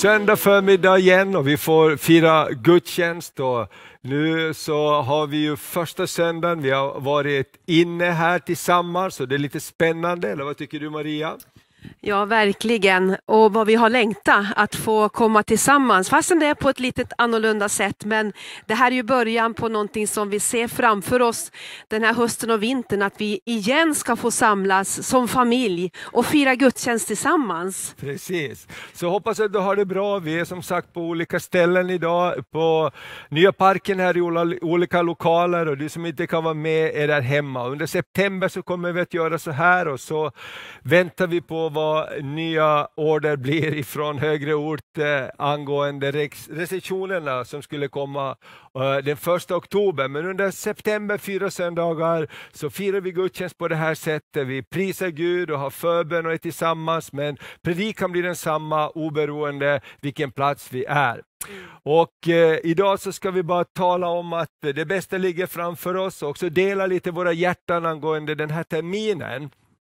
söndag förmiddag igen och vi får fira gudstjänst. Och nu så har vi ju första söndagen, vi har varit inne här tillsammans och det är lite spännande, eller vad tycker du Maria? Ja, verkligen. Och vad vi har längtat att få komma tillsammans. Fastän det är på ett litet annorlunda sätt. Men det här är ju början på någonting som vi ser framför oss den här hösten och vintern. Att vi igen ska få samlas som familj och fira gudstjänst tillsammans. Precis. Så hoppas att du har det bra. Vi är som sagt på olika ställen idag. På Nya Parken här i olika lokaler. Och du som inte kan vara med är där hemma. Under september så kommer vi att göra så här. Och så väntar vi på vad nya order blir ifrån högre ort angående restriktionerna som skulle komma den 1 oktober. Men under september 4 söndagar så firar vi gudstjänst på det här sättet. Vi prisar Gud och har förbön och är tillsammans, men predikan blir densamma oberoende vilken plats vi är. Och idag så ska vi bara tala om att det bästa ligger framför oss och också dela lite våra hjärtan angående den här terminen.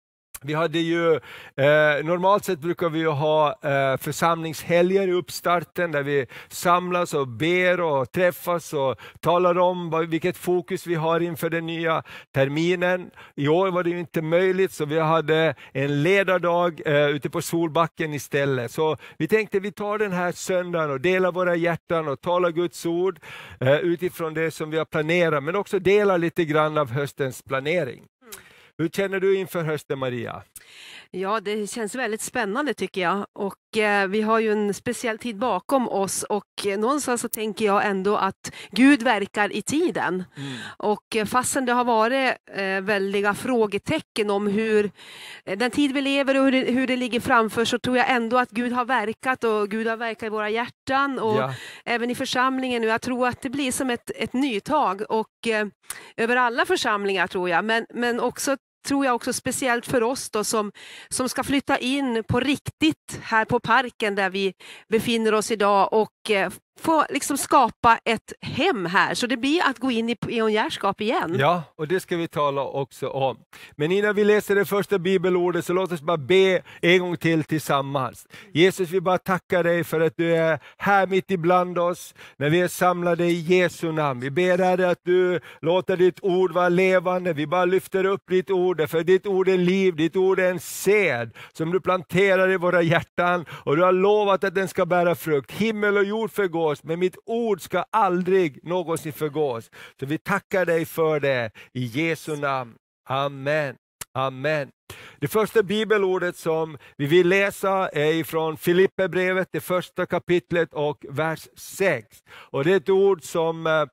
Vi hade ju, normalt sett brukar vi ju ha församlingshelger i uppstarten där vi samlas och ber och träffas och talar om vilket fokus vi har inför den nya terminen. I år var det ju inte möjligt så vi hade en ledardag ute på Solbacken istället. Så vi tänkte vi tar den här söndagen och delar våra hjärtan och talar Guds ord utifrån det som vi har planerat, men också delar lite grann av höstens planering. Hur känner du inför hösten, Maria? Ja, det känns väldigt spännande tycker jag. Och vi har ju en speciell tid bakom oss och någonstans så tänker jag ändå att Gud verkar i tiden. Och fastän det har varit väldiga frågetecken om hur den tid vi lever och hur det ligger framför, så tror jag ändå att Gud har verkat och Gud har verkat i våra hjärtan och även i församlingen. Och jag tror att det blir som ett nytag och över alla församlingar tror jag, men också tror jag också speciellt för oss då som ska flytta in på riktigt här på parken där vi befinner oss idag och få liksom skapa ett hem här. Så det blir att gå in i pionjärskap igen. Ja, och det ska vi tala också om. Men innan vi läser det första bibelordet så låt oss bara be en gång till tillsammans. Jesus, vi bara tackar dig för att du är här mitt ibland oss när vi är samlade i Jesu namn. Vi ber dig att du låter ditt ord vara levande. Vi bara lyfter upp ditt ord, för ditt ord är liv, ditt ord är en säd som du planterar i våra hjärtan och du har lovat att den ska bära frukt. Himmel och jord förgås, men mitt ord ska aldrig någonsin förgås. Så vi tackar dig för det i Jesu namn. Amen. Amen. Det första bibelordet som vi vill läsa är från Filipperbrevet, det första kapitlet och vers 6. Och det är ett ord som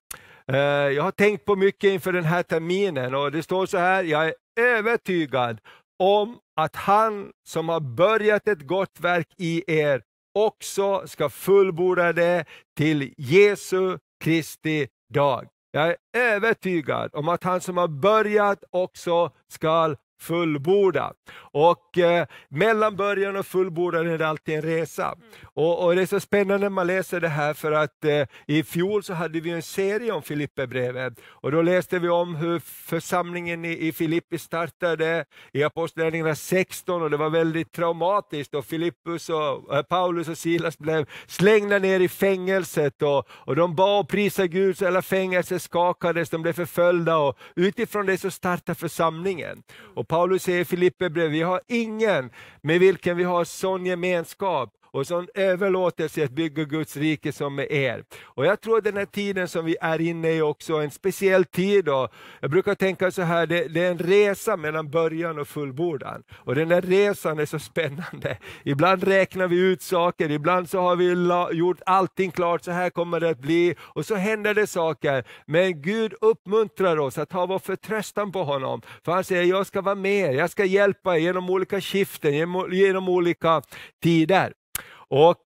jag har tänkt på mycket inför den här terminen. Och det står så här: jag är övertygad om att han som har börjat ett gott verk i er också ska fullborda det till Jesu Kristi dag. Jag är övertygad om att han som har börjat också ska fullborda. Och mellan början och fullbordan är det alltid en resa. Och det är så spännande när man läser det här, för att i fjol så hade vi en serie om Filipperbrevet. Och då läste vi om hur församlingen i Filippi startade i Apostlagärningarna 16, och det var väldigt traumatiskt. Och Filippus och Paulus och Silas blev slängda ner i fängelset och de bad och prisade Gud så hela fängelset skakades, de blev förföljda, och utifrån det så startade församlingen. Och Paulus säger i Filipperbrevet: vi har ingen med vilken vi har sån gemenskap och sån överlåtelse att bygga Guds rike som med er. Och jag tror att den här tiden som vi är inne i också är en speciell tid. Och jag brukar tänka så här, det är en resa mellan början och fullbordan. Och den här resan är så spännande. Ibland räknar vi ut saker, ibland så har vi gjort allting klart, så här kommer det att bli. Och så händer det saker. Men Gud uppmuntrar oss att ha vår förtröstan på honom. För han säger: jag ska vara med, jag ska hjälpa er genom olika skiften, genom olika tider. Och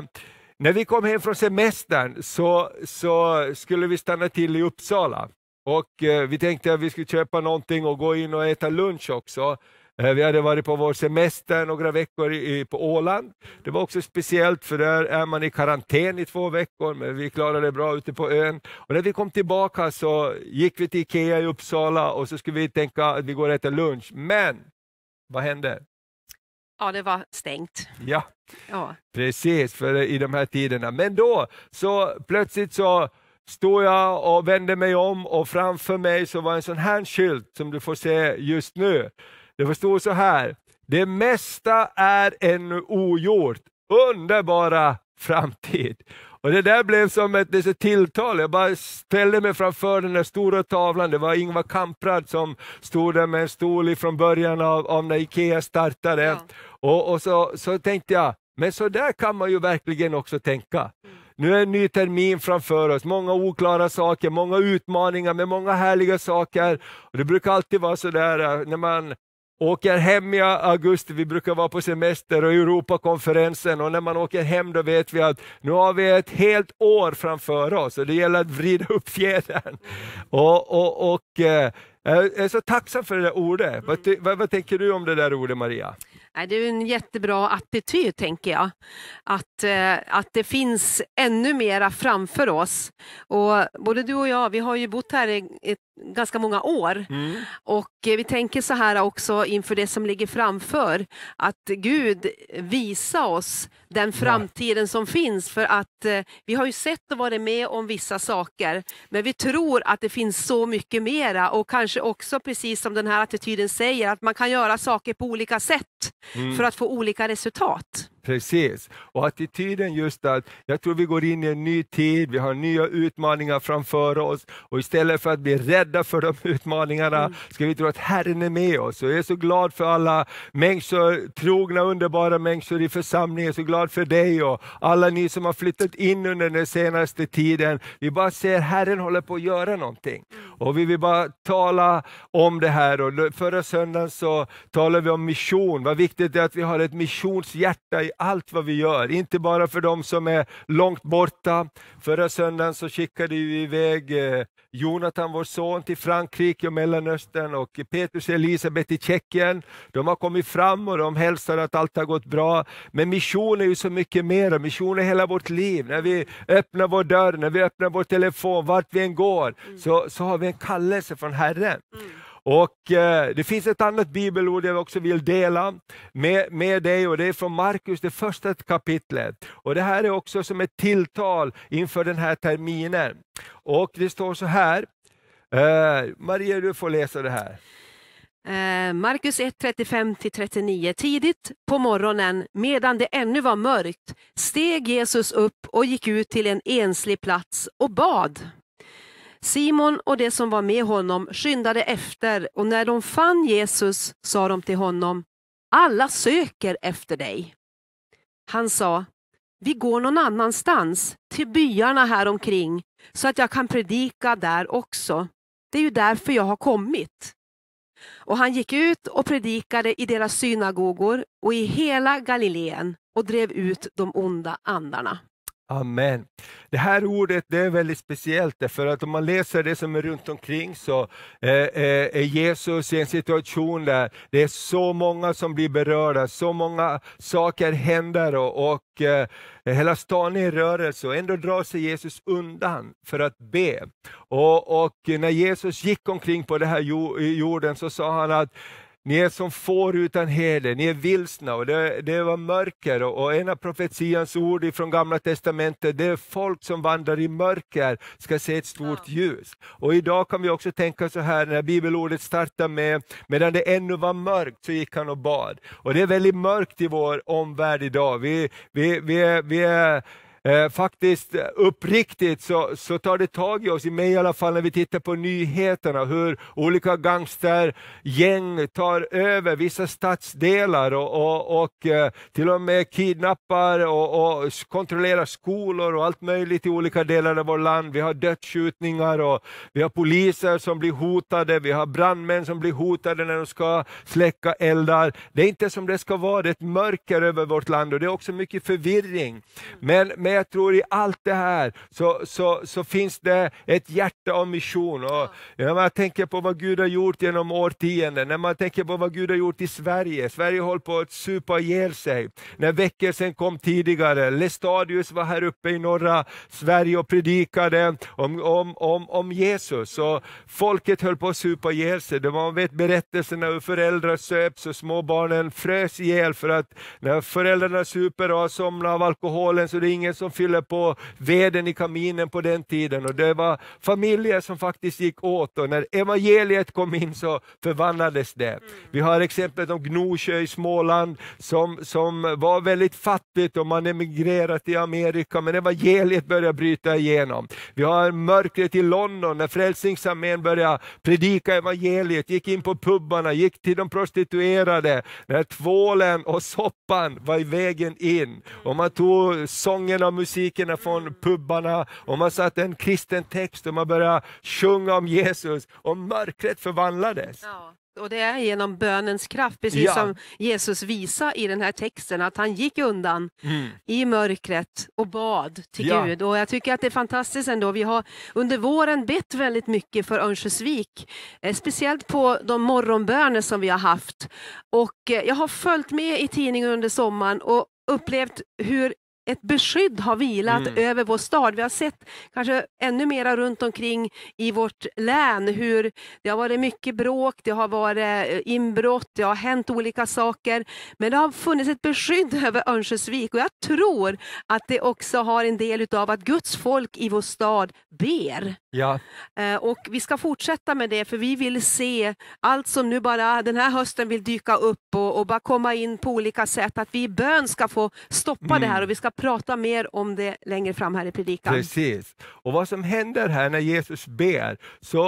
när vi kom hem från semestern så skulle vi stanna till i Uppsala. Och vi tänkte att vi skulle köpa någonting och gå in och äta lunch också. Vi hade varit på vår semester några veckor på Åland. Det var också speciellt, för där är man i karantän i 2 veckor, men vi klarade det bra ute på ön. Och när vi kom tillbaka så gick vi till Ikea i Uppsala och så skulle vi tänka att vi går och äta lunch. Men vad hände? Ja, det var stängt. Ja, Ja. precis, för i de här tiderna. Men då, så plötsligt så stod jag och vände mig om och framför mig så var en sån här skylt som du får se just nu. Det stod så här: det mesta är ännu ogjort, underbara framtid. Och det där blev som ett tilltal. Jag bara ställde mig framför den där stora tavlan. Det var Ingvar Kamprad som stod där med en stol från början av när Ikea startade. Ja. Och så tänkte jag, men så där kan man ju verkligen också tänka. Nu är en ny termin framför oss, många oklara saker, många utmaningar med många härliga saker. Och det brukar alltid vara så där när man åker hem i augusti, vi brukar vara på semester och Europakonferensen, och när man åker hem då vet vi att nu har vi ett helt år framför oss och det gäller att vrida upp fjädern. Och jag är så tacksam för det där ordet. Vad tänker du om det där ordet, Maria? Det är en jättebra attityd, tänker jag. Att det finns ännu mera framför oss. Och både du och jag, vi har ju bott här i ganska många år. Och vi tänker så här också inför det som ligger framför. Att Gud visar oss den framtiden som finns. För att vi har ju sett och varit med om vissa saker. Men vi tror att det finns så mycket mera. Och kanske också, precis som den här attityden säger, att man kan göra saker på olika sätt. För att få olika resultat. Precis, och attityden just att jag tror vi går in i en ny tid, vi har nya utmaningar framför oss, och istället för att bli rädda för de utmaningarna ska vi tro att Herren är med oss. Och jag är så glad för alla människor, trogna underbara människor i församlingen, jag är så glad för dig och alla ni som har flyttat in under den senaste tiden. Vi bara ser Herren håller på att göra någonting. Och vi vill bara tala om det här. Och förra söndagen så talade vi om mission. Vad viktigt det är att vi har ett missionshjärta i allt vad vi gör. Inte bara för de som är långt borta. Förra söndagen så skickade vi iväg Jonathan, vår son, till Frankrike och Mellanöstern, och Petrus och Elisabeth i Tjeckien. De har kommit fram och de hälsar att allt har gått bra. Men mission är ju så mycket mer. Mission är hela vårt liv. När vi öppnar vår dörr, när vi öppnar vår telefon, vart vi än går, så har vi en kallelse från Herren. Och det finns ett annat bibelord jag också vill dela med dig, och det är från Markus, det första kapitlet. Och det här är också som ett tilltal inför den här terminen. Och det står så här, Maria, du får läsa det här. Markus 1, 35-39. Tidigt på morgonen, medan det ännu var mörkt, steg Jesus upp och gick ut till en enslig plats och bad. Simon och det som var med honom skyndade efter, och när de fann Jesus sa de till honom: alla söker efter dig. Han sa: vi går någon annanstans, till byarna här omkring, så att jag kan predika där också. Det är ju därför jag har kommit. Och han gick ut och predikade i deras synagogor och i hela Galileen och drev ut de onda andarna. Amen. Det här ordet, det är väldigt speciellt, för att om man läser det som är runt omkring så är Jesus i en situation där det är så många som blir berörda, så många saker händer och hela stan är i rörelse, och ändå drar sig Jesus undan för att be. Och när Jesus gick omkring på det här jorden så sa han att ni är som får utan herde, ni är vilsna, och det var mörker, och en av profetians ord från Gamla testamentet, det är folk som vandrar i mörker ska se ett stort ljus. Och idag kan vi också tänka så här, när bibelordet startar med medan det ännu var mörkt så gick han och bad. Och det är väldigt mörkt i vår omvärld idag. Vi är faktiskt uppriktigt så tar det tag i oss, i mig i alla fall, när vi tittar på nyheterna, hur olika gangstergäng tar över vissa stadsdelar och till och med kidnappar och kontrollerar skolor och allt möjligt i olika delar av vårt land. Vi har dödsskjutningar och vi har poliser som blir hotade, vi har brandmän som blir hotade när de ska släcka eldar. Det är inte som det ska vara, det är ett mörker över vårt land, och det är också mycket förvirring. Men jag tror i allt det här så finns det ett hjärta av mission. Och när man tänker på vad Gud har gjort genom årtionden, när man tänker på vad Gud har gjort i Sverige. Sverige håller på att supa ihjäl sig. När väckelsen kom tidigare, Lestadius var här uppe i norra Sverige och predikade om Jesus. Och folket höll på att supa ihjäl sig. Det var, vet, berättelserna hur föräldrar söps och småbarnen frös ihjäl för att när föräldrarna super och somnar av alkoholen så det är ingen som fyller på veden i kaminen på den tiden. Och det var familjer som faktiskt gick åt, och när evangeliet kom in så förvandlades det. Vi har exemplet om Gnosjö i Småland som var väldigt fattigt och man emigrerat till Amerika, men evangeliet började bryta igenom. Vi har mörkret i London när Frälsningsarmén började predika evangeliet, gick in på pubbarna, gick till de prostituerade, när tvålen och soppan var i vägen in. Och man tog sångerna och musikerna från pubbarna och man satte en kristen text och man började sjunga om Jesus och mörkret förvandlades. Ja. Och det är genom bönens kraft, precis som Jesus visar i den här texten, att han gick undan i mörkret och bad till Gud. Och jag tycker att det är fantastiskt ändå. Vi har under våren bett väldigt mycket för Örnsköldsvik, speciellt på de morgonböner som vi har haft. Och jag har följt med i tidningen under sommaren och upplevt hur ett beskydd har vilat över vår stad. Vi har sett kanske ännu mera runt omkring i vårt län hur det har varit mycket bråk, det har varit inbrott, det har hänt olika saker. Men det har funnits ett beskydd över Örnsköldsvik, och jag tror att det också har en del av att Guds folk i vår stad ber. Ja. Och vi ska fortsätta med det, för vi vill se allt som nu bara den här hösten vill dyka upp och bara komma in på olika sätt, att vi i bön ska få stoppa det här, och vi ska prata mer om det längre fram här i predikan. Precis. Och vad som händer här när Jesus ber,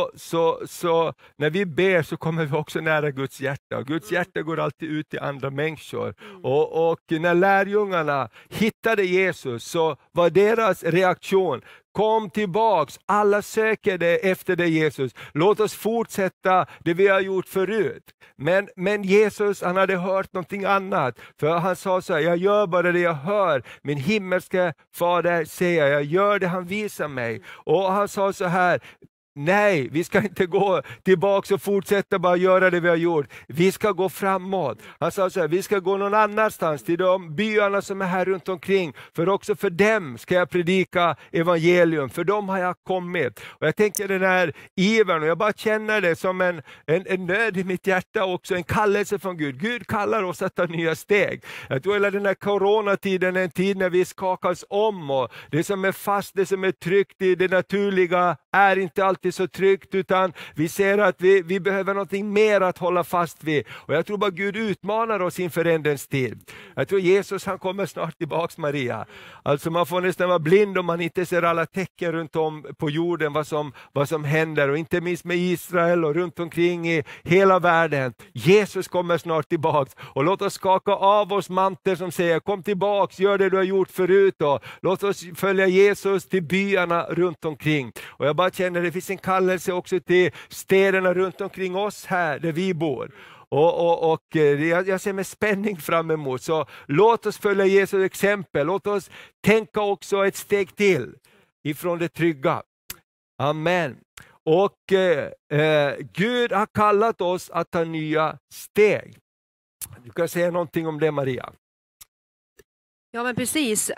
så när vi ber så kommer vi också nära Guds hjärta. Och Guds hjärta går alltid ut till andra människor. Och när lärjungarna hittade Jesus så var deras reaktion: kom tillbaks, alla söker det efter det Jesus. Låt oss fortsätta det vi har gjort förut. Men Jesus, han hade hört någonting annat. För han sa så här: jag gör bara det jag hör. Min himmelska fader säger, jag gör det han visar mig. Och han sa så här: nej, vi ska inte gå tillbaka och fortsätta bara göra det vi har gjort. Vi ska gå framåt. Han sa så här: vi ska gå någon annanstans till de byarna som är här runt omkring. För också för dem ska jag predika evangelium. För dem har jag kommit. Och jag tänker den här ivern, och jag bara känner det som en nöd i mitt hjärta också. En kallelse från Gud. Gud kallar oss att ta nya steg. Jag tror hela den här coronatiden är en tid när vi skakas om. Och det som är fast, det som är tryggt i det naturliga är inte alltid så tryggt, utan vi ser att vi behöver någonting mer att hålla fast vid. Och jag tror bara Gud utmanar oss inför ändens tid. Jag tror Jesus, han kommer snart tillbaks, Maria. Alltså man får nästan vara blind om man inte ser alla tecken runt om på jorden, vad som händer, och inte minst med Israel och runt omkring i hela världen. Jesus kommer snart tillbaks, och låt oss skaka av oss mantel som säger: kom tillbaks, gör det du har gjort förut, och låt oss följa Jesus till byarna runt omkring. Och jag bara känner det finns en kallelse också till städerna runt omkring oss här där vi bor. Och jag ser med spänning fram emot. Så låt oss följa Jesu exempel. Låt oss tänka också ett steg till ifrån det trygga. Amen. Och Gud har kallat oss att ta nya steg. Du kan säga någonting om det, Maria. Ja, men precis.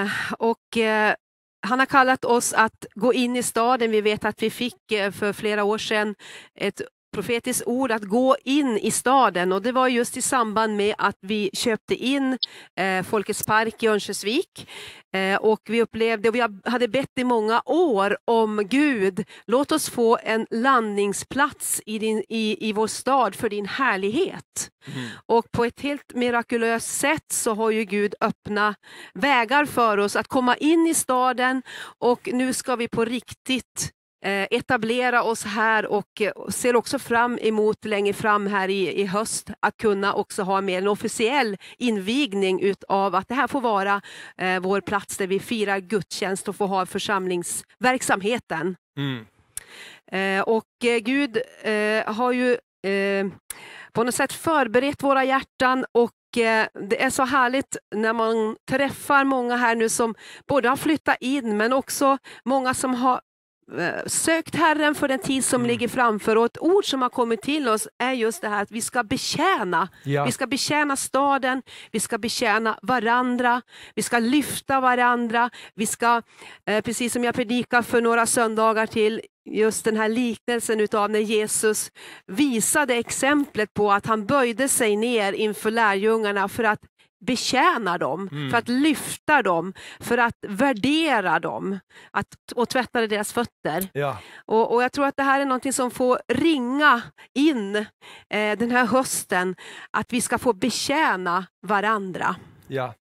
Han har kallat oss att gå in i staden. Vi vet att vi fick för flera år sedan ett profetiskt ord att gå in i staden, och det var just i samband med att vi köpte in Folkets park i Örnsköldsvik, och vi upplevde, och vi hade bett i många år om: Gud, låt oss få en landningsplats i vår stad för din härlighet. Och på ett helt mirakulöst sätt så har ju Gud öppnat vägar för oss att komma in i staden, och nu ska vi på riktigt etablera oss här, och ser också fram emot längre fram här i höst att kunna också ha med en officiell invigning utav att det här får vara vår plats där vi firar gudstjänst och får ha församlingsverksamheten. Och Gud har ju på något sätt förberett våra hjärtan, och det är så härligt när man träffar många här nu som både har flyttat in, men också många som har sökt Herren för den tid som ligger framför. Och ett ord som har kommit till oss är just det här att vi ska betjäna. Ja. Vi ska betjäna staden, vi ska betjäna varandra, vi ska lyfta varandra. Vi ska, precis som jag predikade för några söndagar till, just den här liknelsen utav när Jesus visade exemplet på att han böjde sig ner inför lärjungarna för att betjäna dem, för att lyfta dem, för att värdera dem, och tvätta deras fötter. Ja. Och jag tror att det här är någonting som får ringa in den här hösten, att vi ska få betjäna varandra. Ja.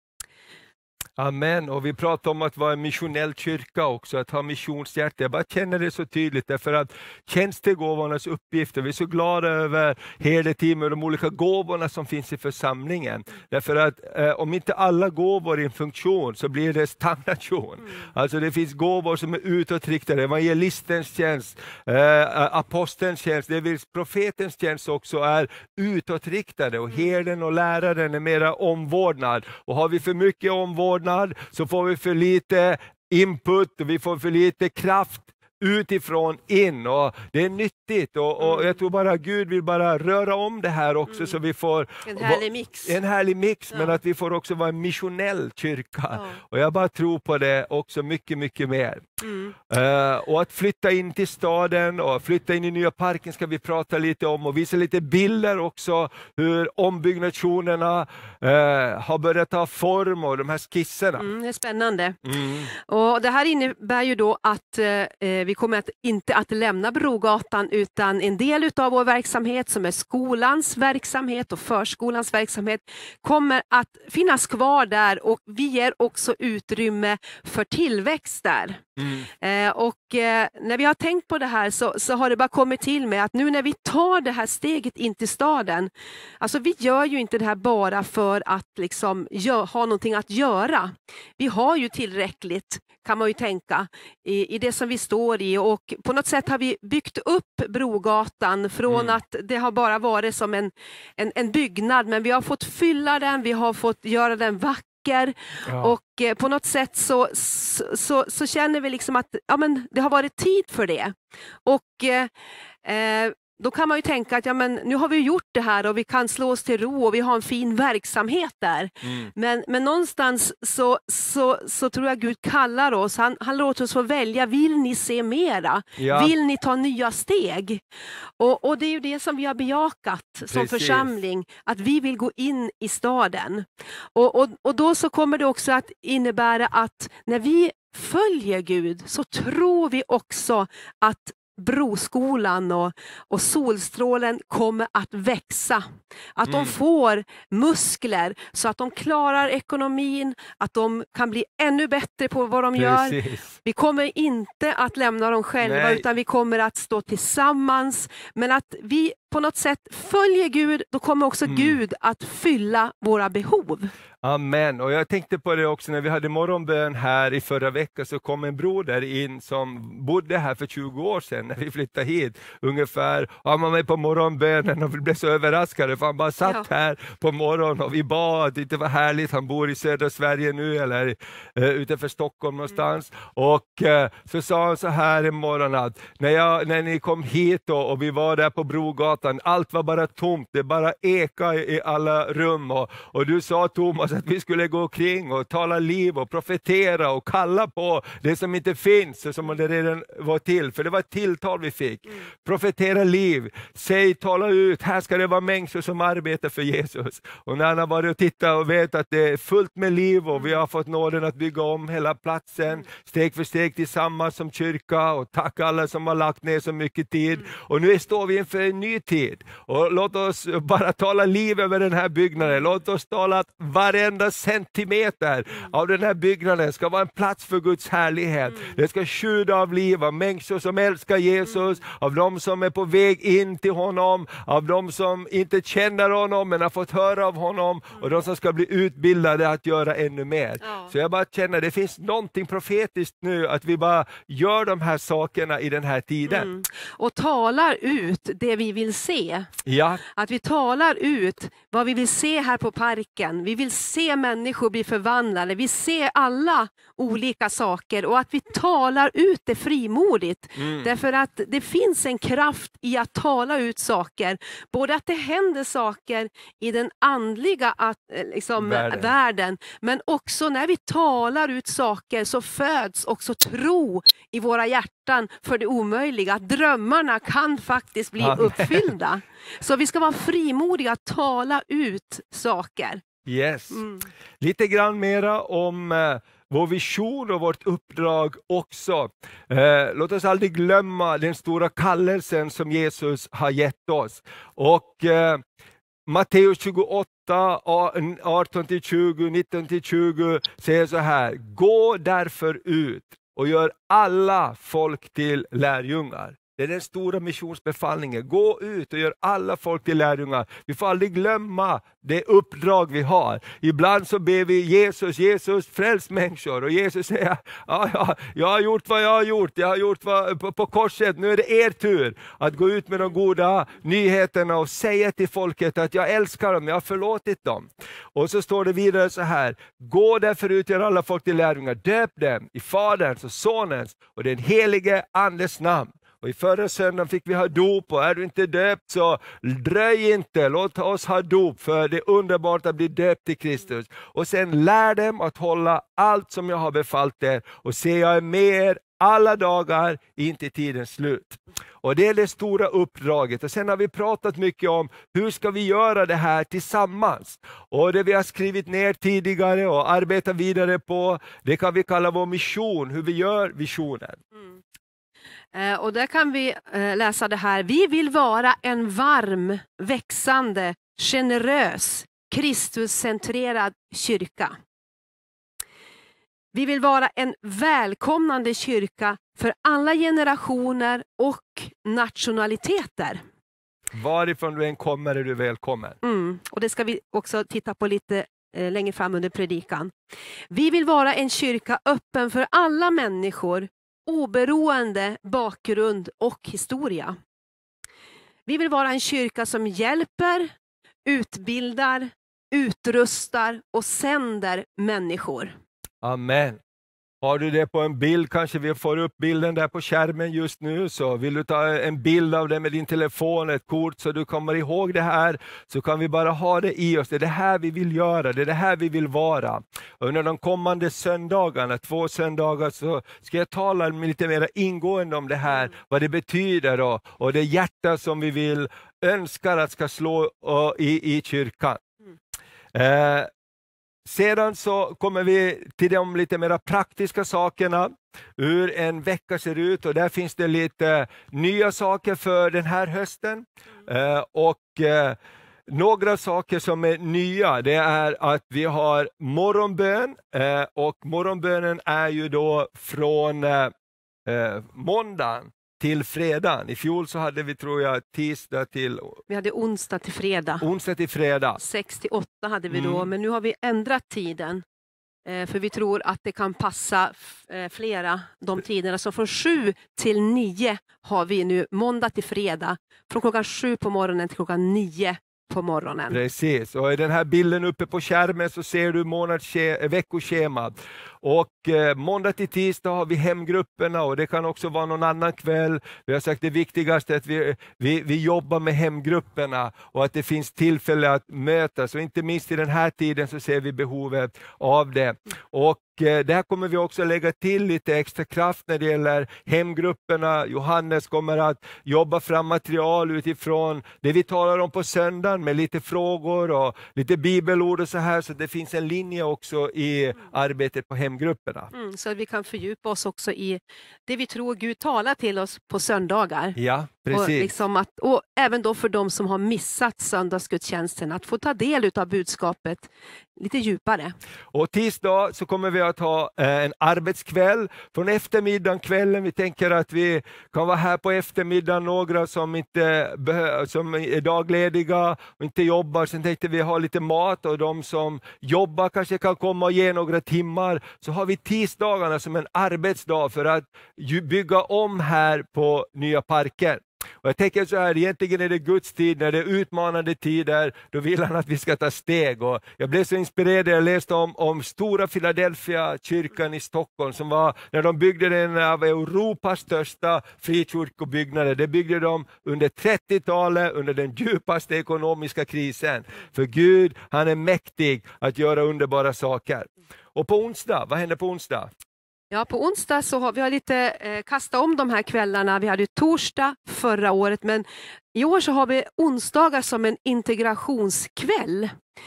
Amen. Och vi pratar om att vara en missionell kyrka också, att ha missionshjärta. Jag bara känner det så tydligt därför att tjänstegåvornas uppgifter, vi är så glada över hela teamet och de olika gåvorna som finns i församlingen. Därför att om inte alla gåvor är i en funktion så blir det stagnation. Alltså det finns gåvor som är utåtriktade, evangelistens tjänst, apostelns tjänst, det vill profetens tjänst också är utåtriktade, och herden och läraren är mera omvårdnad. Och har vi för mycket omvårdnad så får vi för lite input och vi får för lite kraft utifrån in, och det är nyttigt, och jag tror bara Gud vill bara röra om det här också, så vi får en härlig mix, men att vi får också vara en missionell kyrka, och jag bara tror på det också mycket, mycket mer. Och att flytta in till staden och flytta in i nya parken ska vi prata lite om, och visa lite bilder också hur ombyggnationerna har börjat ta form, och de här skisserna. Det är spännande. Och det här innebär ju då att vi kommer inte att lämna Brogatan, utan en del av vår verksamhet som är skolans verksamhet och förskolans verksamhet kommer att finnas kvar där, och vi ger också utrymme för tillväxt där. Och när vi har tänkt på det här så har det bara kommit till med att nu när vi tar det här steget in till staden, alltså vi gör ju inte det här bara för att liksom ha någonting att göra. Vi har ju tillräckligt, kan man ju tänka, i det som vi står i, och på något sätt har vi byggt upp Brogatan från att det har bara varit som en byggnad, men vi har fått fylla den, vi har fått göra den vacker. Och på något sätt så känner vi liksom att men det har varit tid för det. Och då kan man ju tänka att men nu har vi gjort det här och vi kan slå oss till ro och vi har en fin verksamhet där. Men någonstans så tror jag Gud kallar oss. Han låter oss få välja. Vill ni se mera? Ja. Vill ni ta nya steg? Och det är ju det som vi har bejakat som församling. Att vi vill gå in i staden. Och då så kommer det också att innebära att när vi följer Gud så tror vi också att Broskolan och Solstrålen kommer att växa. Att de får muskler så att de klarar ekonomin, att de kan bli ännu bättre på vad de gör. Vi kommer inte att lämna dem själva, utan vi kommer att stå tillsammans. Men att vi på något sätt följer Gud, då kommer också Gud att fylla våra behov. Amen. Och jag tänkte på det också när vi hade morgonbön här i förra veckan, så kom en broder in som bodde här för 20 år sedan när vi flyttade hit ungefär. Han var med på morgonbönen och vi blev så överraskade för han bara satt här på morgonen och vi bad. Det var härligt. Han bor i södra Sverige nu eller utanför Stockholm någonstans. Och så sa han så här i morgon att när ni kom hit och vi var där på Brogatan, allt var bara tomt. Det bara ekade i alla rum och du sa, Thomas, att vi skulle gå omkring och tala liv och profetera och kalla på det som inte finns, som det redan var till. För det var ett tilltal vi fick. Profetera liv, säg, tala ut, här ska det vara människor som arbetar för Jesus. Och när han har varit och tittat och vet att det är fullt med liv och vi har fått nåden att bygga om hela platsen, steg för steg tillsammans som kyrka, och tack alla som har lagt ner så mycket tid. Och nu står vi inför en ny tid. Och låt oss bara tala liv över den här byggnaden. Låt oss tala att varje varenda centimeter av den här byggnaden ska vara en plats för Guds härlighet. Det ska sjuda av liv av människor som älskar Jesus, av de som är på väg in till honom, av de som inte känner honom men har fått höra av honom, och de som ska bli utbildade att göra ännu mer. Så jag bara känner, det finns någonting profetiskt nu, att vi bara gör de här sakerna i den här tiden. Och talar ut det vi vill se. Ja. Att vi talar ut vad vi vill se här på parken. Vi vill se människor bli förvandlade. Vi ser alla olika saker, och att vi talar ut det frimodigt. Därför att det finns en kraft i att tala ut saker. Både att det händer saker i den andliga världen, men också när vi talar ut saker så föds också tro i våra hjärtan för det omöjliga. Att drömmarna kan faktiskt bli uppfyllda. Så vi ska vara frimodiga att tala ut saker. Yes. Lite grann mera om vår vision och vårt uppdrag också. Låt oss aldrig glömma den stora kallelsen som Jesus har gett oss. Och Matteus 28, 18-20, 19-20 säger så här: gå därför ut och gör alla folk till lärjungar. Det är den stora missionsbefallningen. Gå ut och gör alla folk till lärjungar. Vi får aldrig glömma det uppdrag vi har. Ibland så ber vi Jesus fräls människor. Och Jesus säger, jag har gjort vad jag har gjort. Jag har gjort på korset. Nu är det er tur att gå ut med de goda nyheterna och säga till folket att jag älskar dem, jag har förlåtit dem. Och så står det vidare så här: gå därför ut och gör alla folk till lärjungar. Döp dem i Faderns och Sonens och den helige Andes namn. Och i förra söndagen fick vi ha dop, och är du inte döpt så dröj inte, låt oss ha dop, för det är underbart att bli döpt till Kristus. Och sen lär dem att hålla allt som jag har befallt er, och se, jag är med er alla dagar in till tidens slut. Och det är det stora uppdraget. Och sen har vi pratat mycket om hur ska vi göra det här tillsammans. Och det vi har skrivit ner tidigare och arbetat vidare på, det kan vi kalla vår mission, hur vi gör visionen. Och där kan vi läsa det här: vi vill vara en varm, växande, generös, Kristuscentrerad kyrka. Vi vill vara en välkomnande kyrka för alla generationer och nationaliteter. Varifrån du än kommer är du välkommen. Och det ska vi också titta på lite längre fram under predikan. Vi vill vara en kyrka öppen för alla människor, oberoende bakgrund och historia. Vi vill vara en kyrka som hjälper, utbildar, utrustar och sänder människor. Amen. Har du det på en bild, kanske vi får upp bilden där på skärmen just nu, så vill du ta en bild av det med din telefon, ett kort, så du kommer ihåg det här, så kan vi bara ha det i oss. Det är det här vi vill göra, det är det här vi vill vara. Och under de kommande söndagarna, 2 söndagar, så ska jag tala lite mer ingående om det här, vad det betyder och det hjärta som vi vill önskar att ska slå i kyrkan. Sedan så kommer vi till de lite mer praktiska sakerna, hur en vecka ser ut, och där finns det lite nya saker för den här hösten. Några saker som är nya, det är att vi har morgonbön, och morgonbönen är ju då från måndagen till fredagen. I fjol så hade vi, tror jag, tisdag till... Vi hade onsdag till fredag. Onsdag till fredag. 6-8 hade vi då, men nu har vi ändrat tiden. För vi tror att det kan passa flera de tiderna. Så från 7 till 9 har vi nu måndag till fredag. Från klockan 7 på morgonen till klockan 9 på morgonen. Precis, och i den här bilden uppe på skärmen så ser du veckoschema. Och måndag till tisdag har vi hemgrupperna, och det kan också vara någon annan kväll. Vi har sagt det viktigaste är att vi jobbar med hemgrupperna och att det finns tillfälle att mötas. Och inte minst i den här tiden så ser vi behovet av det. Och där kommer vi också lägga till lite extra kraft när det gäller hemgrupperna. Johannes kommer att jobba fram material utifrån det vi talar om på söndagen med lite frågor och lite bibelord och så här. Så det finns en linje också i arbetet på hemgrupperna. hemgrupperna. Så att vi kan fördjupa oss också i det vi tror Gud talar till oss på söndagar. Ja, precis. Och, liksom och även då för de som har missat söndagsgudstjänsten att få ta del av budskapet lite djupare. Och tisdag så kommer vi att ha en arbetskväll från eftermiddagen, kvällen. Vi tänker att vi kan vara här på eftermiddagen, några som inte som är daglediga och inte jobbar. Sen tänkte vi ha lite mat och de som jobbar kanske kan komma och ge några timmar. Så har vi tisdagarna som en arbetsdag för att bygga om här på Nya Parken. Och jag tänker så här, egentligen är det Guds tid, när det är utmanande tider, då vill han att vi ska ta steg. Och jag blev så inspirerad, jag läste om stora Philadelphia kyrkan i Stockholm, som var, när de byggde den av Europas största frikyrkobyggnader, det byggde de under 30-talet, under den djupaste ekonomiska krisen. För Gud, han är mäktig att göra underbara saker. Och på onsdag, vad händer på onsdag? Ja, på onsdag så har vi lite kastat om de här kvällarna. Vi hade ju torsdag förra året, men i år så har vi onsdagar som en integrationskväll.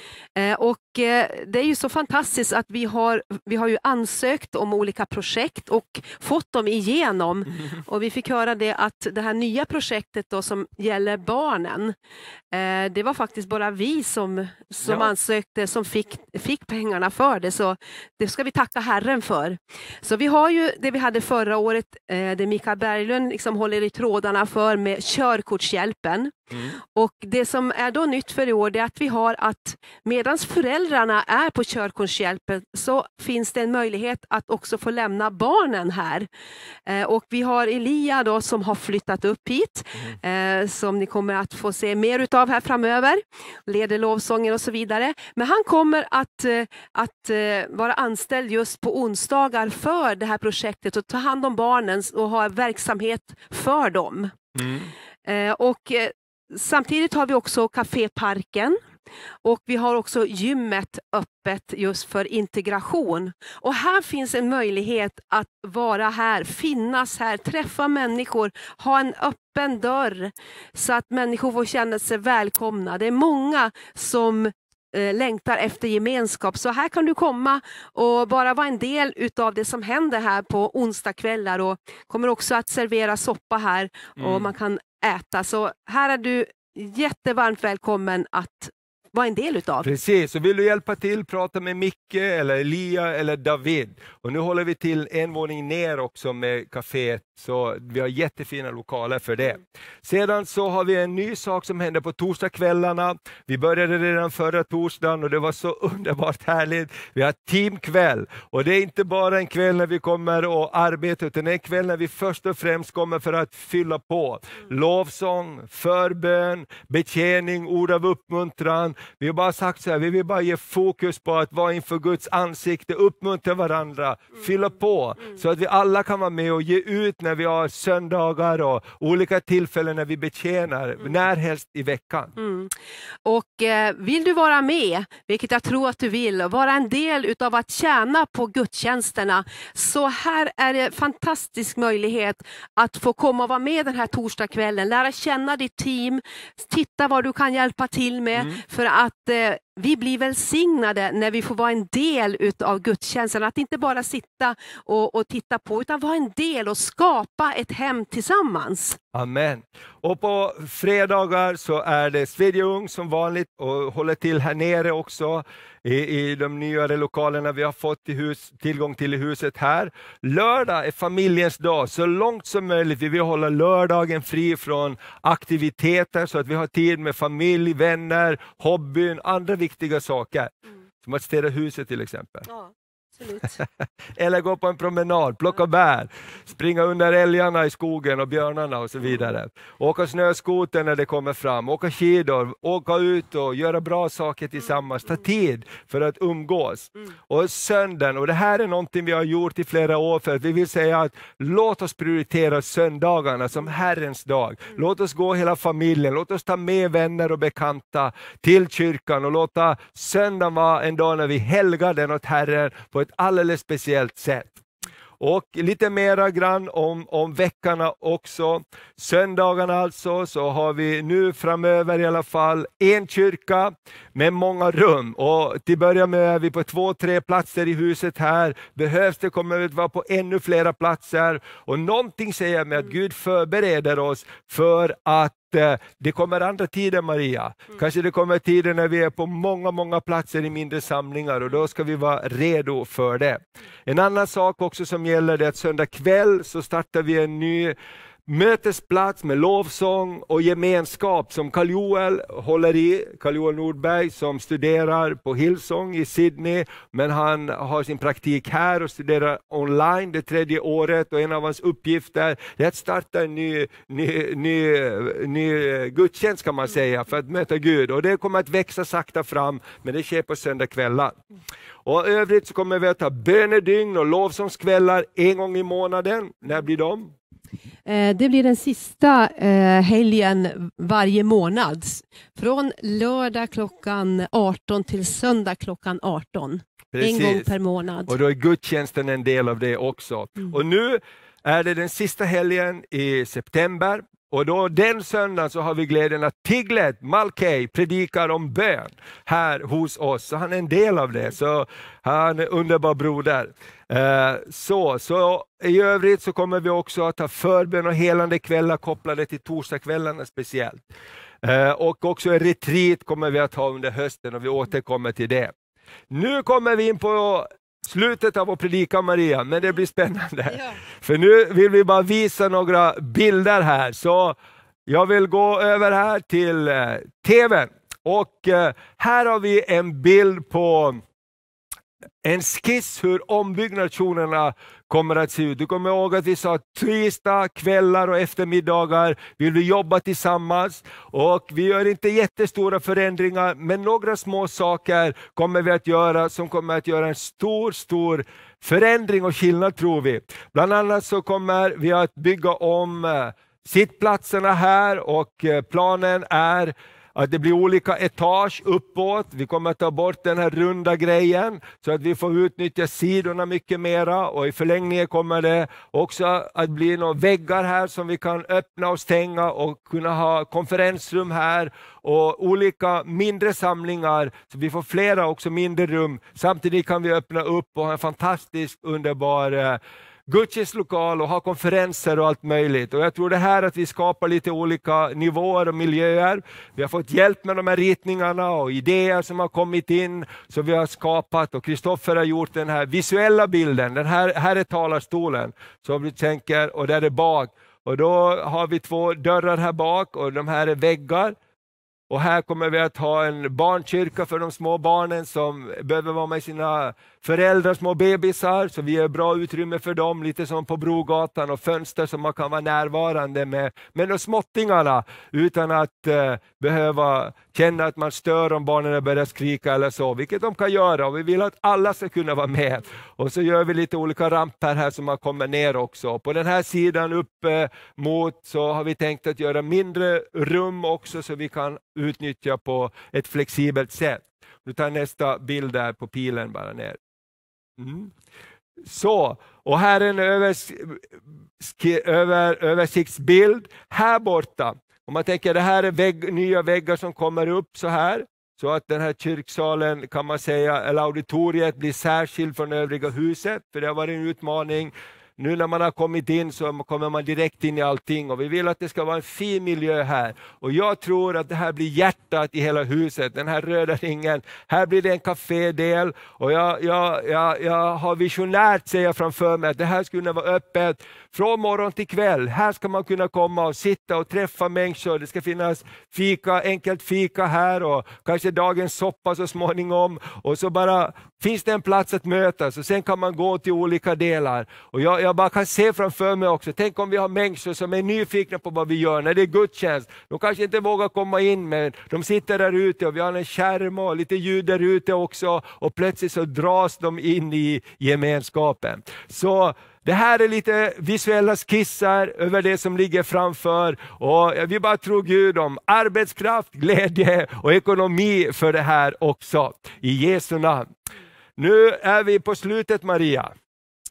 Och det är ju så fantastiskt att vi har ju ansökt om olika projekt och fått dem igenom. Och vi fick höra det att det här nya projektet då som gäller barnen, det var faktiskt bara vi som ansökte, som fick pengarna för det. Så det ska vi tacka Herren för. Så vi har ju det vi hade förra året, det Mikael Berglund liksom håller i trådarna för med körkortshjälpen. Och det som är då nytt för i år, det är att vi har att medan föräldrarna är på körkortshjälpen så finns det en möjlighet att också få lämna barnen här. Och vi har Elia då som har flyttat upp hit, som ni kommer att få se mer utav här framöver, leder lovsånger och så vidare. Men han kommer att vara anställd just på onsdagar för det här projektet och ta hand om barnen och ha verksamhet för dem. Samtidigt har vi också Caféparken och vi har också gymmet öppet just för integration. Och här finns en möjlighet att vara här, finnas här, träffa människor, ha en öppen dörr så att människor får känna sig välkomna. Det är många som längtar efter gemenskap. Så här kan du komma och bara vara en del utav det som händer här på onsdagskvällar, och kommer också att servera soppa här och man kan äta. Så här är du jättevarmt välkommen att vara en del utav. Precis, så vill du hjälpa till, prata med Micke eller Elia eller David. Och nu håller vi till en våning ner också med kaféet, så vi har jättefina lokaler för det. Sedan så har vi en ny sak som händer på torsdagskvällarna. Vi började redan förra torsdagen och det var så underbart härligt. Vi har teamkväll, och det är inte bara en kväll när vi kommer och arbetar, utan det är en kväll när vi först och främst kommer för att fylla på. Lovsång, förbön, betjäning, ord av uppmuntran. Vi har bara sagt så här, vi vill bara ge fokus på att vara inför Guds ansikte, uppmuntra varandra, fylla på, så att vi alla kan vara med och ge ut när vi har söndagar och olika tillfällen när vi betjänar, närhelst i veckan. Och vill du vara med, vilket jag tror att du vill, vara en del utav att tjäna på gudstjänsterna, så här är det fantastisk möjlighet att få komma och vara med den här torsdagskvällen, lära känna ditt team, titta vad du kan hjälpa till med, för att vi blir välsignade när vi får vara en del utav gudstjänsten. Att inte bara sitta och titta på, utan vara en del och skapa ett hem tillsammans. Amen. Och på fredagar så är det Svedjeung som vanligt och håller till här nere också i de nyare lokalerna vi har fått tillgång till i huset här. Lördag är familjens dag, så långt som möjligt. Vi vill hålla lördagen fri från aktiviteter så att vi har tid med familj, vänner, hobbyn, andra viktiga saker. Som att städa huset till exempel. Ja. Eller gå på en promenad, plocka bär, springa under älgarna i skogen och björnarna och så vidare. Åka snöskoter när det kommer fram, åka skidor, åka ut och göra bra saker tillsammans, ta tid för att umgås. Och söndagen, och det här är någonting vi har gjort i flera år, för att vi vill säga att låt oss prioritera söndagarna som Herrens dag. Låt oss gå hela familjen, låt oss ta med vänner och bekanta till kyrkan och låta söndagen vara en dag när vi helgar den åt Herren på ett alldeles speciellt sätt. Och lite mera grann om veckorna också. Söndagarna alltså, så har vi nu framöver i alla fall en kyrka med många rum. Och till början med är vi på 2-3 platser i huset här. Behövs det kommer vi att vara på ännu flera platser. Och någonting säger mig att Gud förbereder oss för att det kommer andra tider, Maria. Kanske det kommer tider när vi är på många platser i mindre samlingar, och då ska vi vara redo för det. En annan sak också som gäller är att söndag kväll så startar vi en ny mötesplats med lovsång och gemenskap som Karl-Joel håller i. Karl-Joel Nordberg som studerar på Hillsong i Sydney, men han har sin praktik här och studerar online det 3:e året, och en av hans uppgifter är att starta en ny gudstjänst kan man säga, för att möta Gud, och det kommer att växa sakta fram, men det sker på söndagkvällar. Och övrigt så kommer vi att ha bönedygn och lovsångskvällar en gång i månaden. När blir de? Det blir den sista helgen varje månad. Från lördag klockan 18 till söndag klockan 18. Precis. En gång per månad. Och då är gudstjänsten en del av det också. Och nu är det den sista helgen i september. Och då den söndagen så har vi glädjen att Tiglet Malkey predikar om bön här hos oss. Så han är en del av det. Så han är en underbar broder. Så i övrigt så kommer vi också att ha förbön och helande kvällar kopplade till torsdagskvällarna speciellt. Och också en retreat kommer vi att ha under hösten, och vi återkommer till det. Nu kommer vi in på slutet av vår predikan, Maria, men det blir spännande. Ja. För nu vill vi bara visa några bilder här. Så jag vill gå över här till TV. Och här har vi en bild på en skiss hur ombyggnationerna kommer att se ut. Du kommer ihåg att vi sa tisdag, kvällar och eftermiddagar vill vi jobba tillsammans. Och vi gör inte jättestora förändringar, men några små saker kommer vi att göra som kommer att göra en stor förändring och skillnad, tror vi. Bland annat så kommer vi att bygga om sittplatserna här, och planen är att det blir olika etage uppåt. Vi kommer att ta bort den här runda grejen så att vi får utnyttja sidorna mycket mera, och i förlängningen kommer det också att bli några väggar här som vi kan öppna och stänga och kunna ha konferensrum här och olika mindre samlingar, så vi får flera också mindre rum. Samtidigt kan vi öppna upp och ha en fantastisk underbar gudstjänstlokal och ha konferenser och allt möjligt. Och jag tror det här att vi skapar lite olika nivåer och miljöer. Vi har fått hjälp med de här ritningarna och idéer som har kommit in, så vi har skapat, och Kristoffer har gjort den här visuella bilden. Den här är talarstolen som vi tänker, och där är bak. Och då har vi 2 dörrar här bak, och de här är väggar. Och här kommer vi att ha en barnkyrka för de små barnen som behöver vara med sina föräldrar, små bebisar. Så vi ger bra utrymme för dem, lite som på Brogatan, och fönster som man kan vara närvarande med de småttingarna utan att behöva känna att man stör om barnen börjar skrika eller så, vilket de kan göra. Och vi vill att alla ska kunna vara med. Och så gör vi lite olika ramper här som man kommer ner också. På den här sidan upp mot så har vi tänkt att göra mindre rum också, så vi kan utnyttja på ett flexibelt sätt. Du tar nästa bild där på pilen bara ner. Så, och här är en översiktsbild. Här borta, om man tänker det här är nya väggar som kommer upp så här. Så att den här kyrksalen, kan man säga, eller auditoriet, blir särskild från övriga huset. För det har varit en utmaning. Nu när man har kommit in så kommer man direkt in i allting, och vi vill att det ska vara en fin miljö här. Och jag tror att det här blir hjärtat i hela huset, den här röda ringen. Här blir det en kafédel, och jag har visionärt, säger jag framför mig, att det här skulle vara öppet från morgon till kväll. Här ska man kunna komma och sitta och träffa människor. Det ska finnas fika, enkelt fika här, och kanske dagens soppa så småningom. Och så bara finns det en plats att mötas, och sen kan man gå till olika delar. Och jag bara kan se framför mig också, tänk om vi har människor som är nyfikna på vad vi gör när det är gudstjänst. De kanske inte vågar komma in, men de sitter där ute och vi har en skärm och lite ljud där ute också, och plötsligt så dras de in i gemenskapen. Så det här är lite visuella skisser över det som ligger framför, och vi bara tror Gud om arbetskraft, glädje och ekonomi för det här också, i Jesu namn. Nu är vi på slutet, Maria.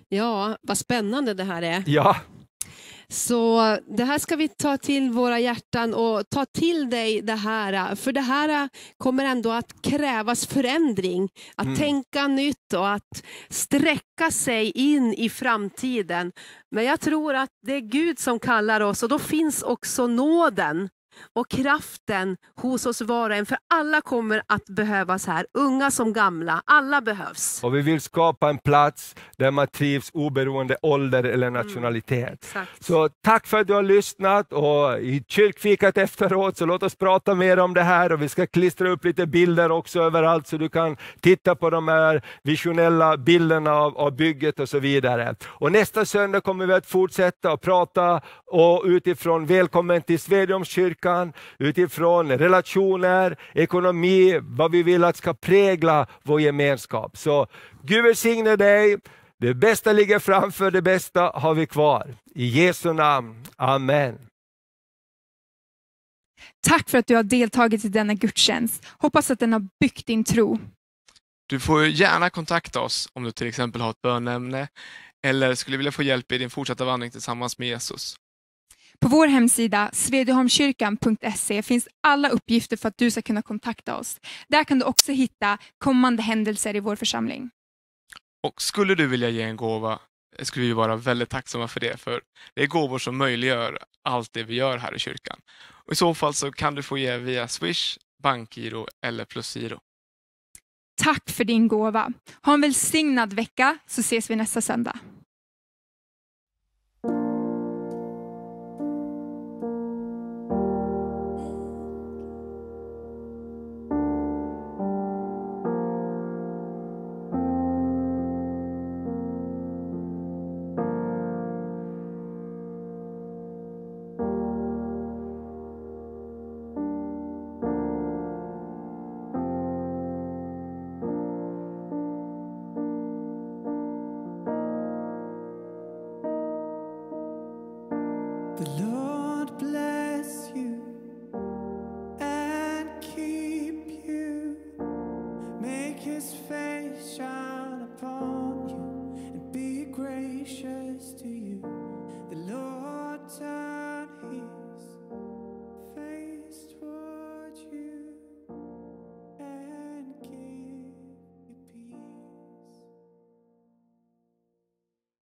Ja, vad spännande det här är. Ja, Så det här ska vi ta till våra hjärtan och ta till dig det här. För det här kommer ändå att krävas förändring. Att tänka nytt och att sträcka sig in i framtiden. Men jag tror att det är Gud som kallar oss och då finns också nåden och kraften hos oss var och en. För alla kommer att behövas här. Unga som gamla, alla behövs. och vi vill skapa en plats där man trivs oberoende ålder eller nationalitet. Exakt. Så tack för att du har lyssnat, och i kyrkfikat efteråt så låt oss prata mer om det här, och vi ska klistra upp lite bilder också överallt så du kan titta på de här visionella bilderna av bygget och så vidare. Och nästa söndag kommer vi att fortsätta att prata och utifrån välkommen till Svedjeholmskyrkan, utifrån relationer, ekonomi, vad vi vill att ska prägla vår gemenskap. Så Gud välsigne dig. Det bästa ligger framför, det bästa har vi kvar. I Jesu namn. Amen. Tack för att du har deltagit i denna gudstjänst. Hoppas att den har byggt din tro. Du får gärna kontakta oss om du till exempel har ett bönämne eller skulle vilja få hjälp i din fortsatta vandring tillsammans med Jesus. På vår hemsida svedjeholmskyrkan.se finns alla uppgifter för att du ska kunna kontakta oss. Där kan du också hitta kommande händelser i vår församling. Och skulle du vilja ge en gåva skulle vi vara väldigt tacksamma för det, för det är gåvor som möjliggör allt det vi gör här i kyrkan. Och i så fall så kan du få ge via Swish, bankgiro eller plusgiro. Tack för din gåva. Ha en välsignad vecka, så ses vi nästa söndag.